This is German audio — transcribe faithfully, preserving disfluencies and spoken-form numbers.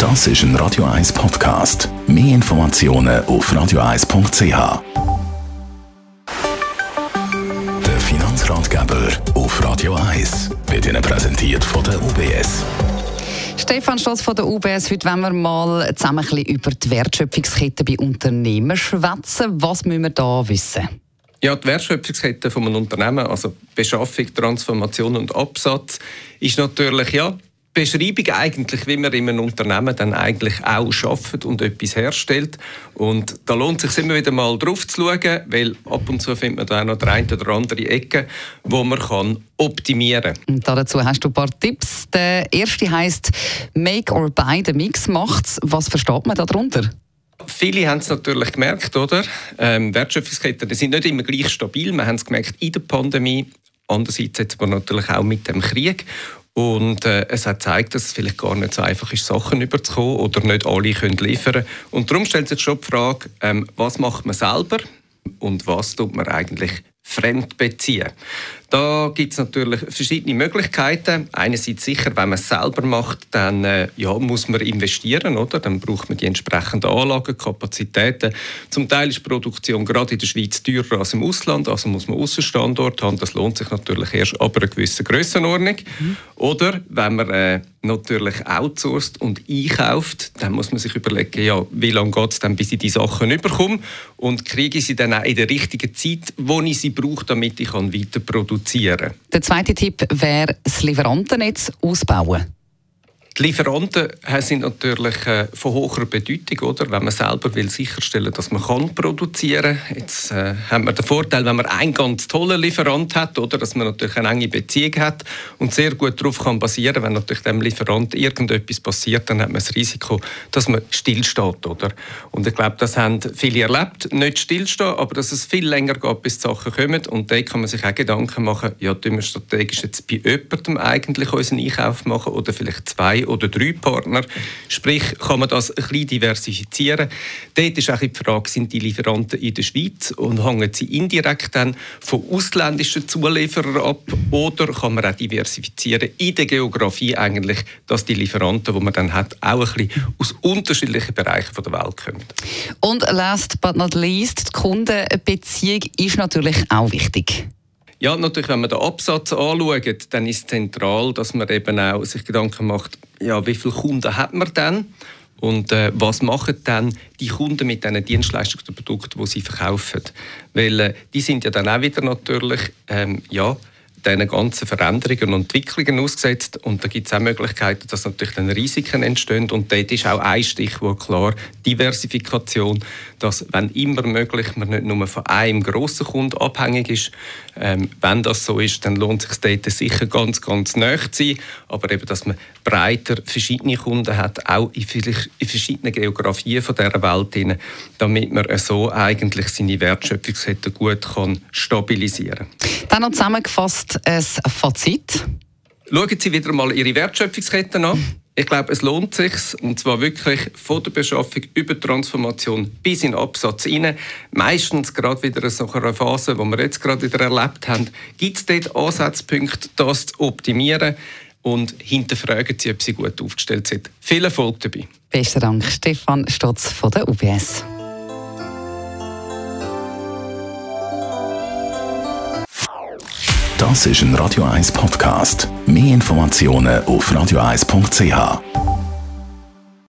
Das ist ein Radio eins Podcast. Mehr Informationen auf radio eins punkt c h. Der Finanzratgeber auf Radio eins wird Ihnen präsentiert von der U B S. Stefan Stotz von der U B S. Heute wollen wir mal zusammen ein bisschen über die Wertschöpfungskette bei Unternehmen schwätzen. Was müssen wir da wissen? Ja, die Wertschöpfungskette von einem Unternehmen, also Beschaffung, Transformation und Absatz, ist natürlich ja Beschreibung eigentlich, wie man in einem Unternehmen dann eigentlich auch arbeitet und etwas herstellt. Und da lohnt es sich immer wieder mal drauf zu schauen, weil ab und zu findet man da auch noch die eine oder andere Ecke, wo man kann optimieren kann. Und dazu hast du ein paar Tipps. Der erste heisst «Make or buy», der Mix macht's. Was versteht man darunter? Viele haben es natürlich gemerkt, oder? Ähm, Wertschöpfungsketten die sind nicht immer gleich stabil. Wir haben es gemerkt in der Pandemie, andererseits jetzt aber natürlich auch mit dem Krieg. Und äh, es hat gezeigt, dass es vielleicht gar nicht so einfach ist, Sachen überzukommen oder nicht alle können liefern. Und darum stellt sich schon die Frage, ähm, was macht man selber und was tut man eigentlich fremd beziehen. Da gibt es natürlich verschiedene Möglichkeiten. Einerseits sicher, wenn man es selber macht, dann äh, ja, muss man investieren, oder? Dann braucht man die entsprechenden Anlagen, Kapazitäten. Zum Teil ist die Produktion gerade in der Schweiz teurer als im Ausland, also muss man Aussenstandort haben. Das lohnt sich natürlich erst ab einer gewissen Grössenordnung. Mhm. Oder wenn man äh, natürlich outsourced und einkauft, dann muss man sich überlegen, ja, wie lange geht es dann, bis ich die Sachen überkomme und kriege ich sie dann auch in der richtigen Zeit, wo ich sie brauche, damit ich weiter produzieren kann. Der zweite Tipp wäre, das Lieferantennetz ausbauen. Die Lieferanten sind natürlich äh, von hoher Bedeutung, oder? Wenn man selber will sicherstellen, dass man kann produzieren kann. Jetzt äh, haben wir den Vorteil, wenn man einen ganz tollen Lieferant hat, oder? Dass man natürlich eine enge Beziehung hat und sehr gut darauf kann basieren. Wenn natürlich dem Lieferant irgendetwas passiert, dann hat man das Risiko, dass man stillsteht, oder? Und ich glaube, das haben viele erlebt. Nicht stillstehen, aber dass es viel länger geht, bis die Sachen kommen. Und da kann man sich auch Gedanken machen, ja, tun wir strategisch jetzt bei jemandem eigentlich unseren Einkauf machen oder vielleicht zwei oder drei Partner. Sprich, kann man das ein bisschen diversifizieren. Dort ist auch die Frage, sind die Lieferanten in der Schweiz und hängen sie indirekt dann von ausländischen Zulieferern ab oder kann man auch diversifizieren in der Geografie eigentlich, dass die Lieferanten, die man dann hat, auch ein bisschen aus unterschiedlichen Bereichen der Welt kommen. Und last but not least, die Kundenbeziehung ist natürlich auch wichtig. Ja, natürlich, wenn man den Absatz anschaut, dann ist es zentral, dass man eben auch sich Gedanken macht, ja, wie viele Kunden hat man denn? Und äh, was machen dann die Kunden mit diesen Dienstleistungen und Produkten, die sie verkaufen? Weil äh, die sind ja dann auch wieder natürlich, ähm, ja, diesen ganzen Veränderungen und Entwicklungen ausgesetzt. Und da gibt es auch Möglichkeiten, dass natürlich dann Risiken entstehen. Und dort ist auch ein Stichwort klar, Diversifikation, dass, wenn immer möglich, man nicht nur von einem grossen Kunden abhängig ist. Ähm, wenn das so ist, dann lohnt es sich dort sicher ganz, ganz nahe zu sein. Aber eben, dass man breiter verschiedene Kunden hat, auch in, in verschiedenen Geografien von dieser Welt hinein, damit man so eigentlich seine Wertschöpfungskette gut kann stabilisieren kann. Dann noch zusammengefasst ein Fazit. Schauen Sie wieder mal Ihre Wertschöpfungsketten an. Ich glaube, es lohnt sich, und zwar wirklich von der Beschaffung über die Transformation bis in den Absatz rein. Meistens gerade wieder in so einer Phase, die wir jetzt gerade wieder erlebt haben, gibt es dort Ansatzpunkte, das zu optimieren und hinterfragen Sie, ob Sie gut aufgestellt sind. Viel Erfolg dabei. Besten Dank, Stefan Stotz von der U B S. Das ist ein Radio eins Podcast. Mehr Informationen auf radio eins punkt c h.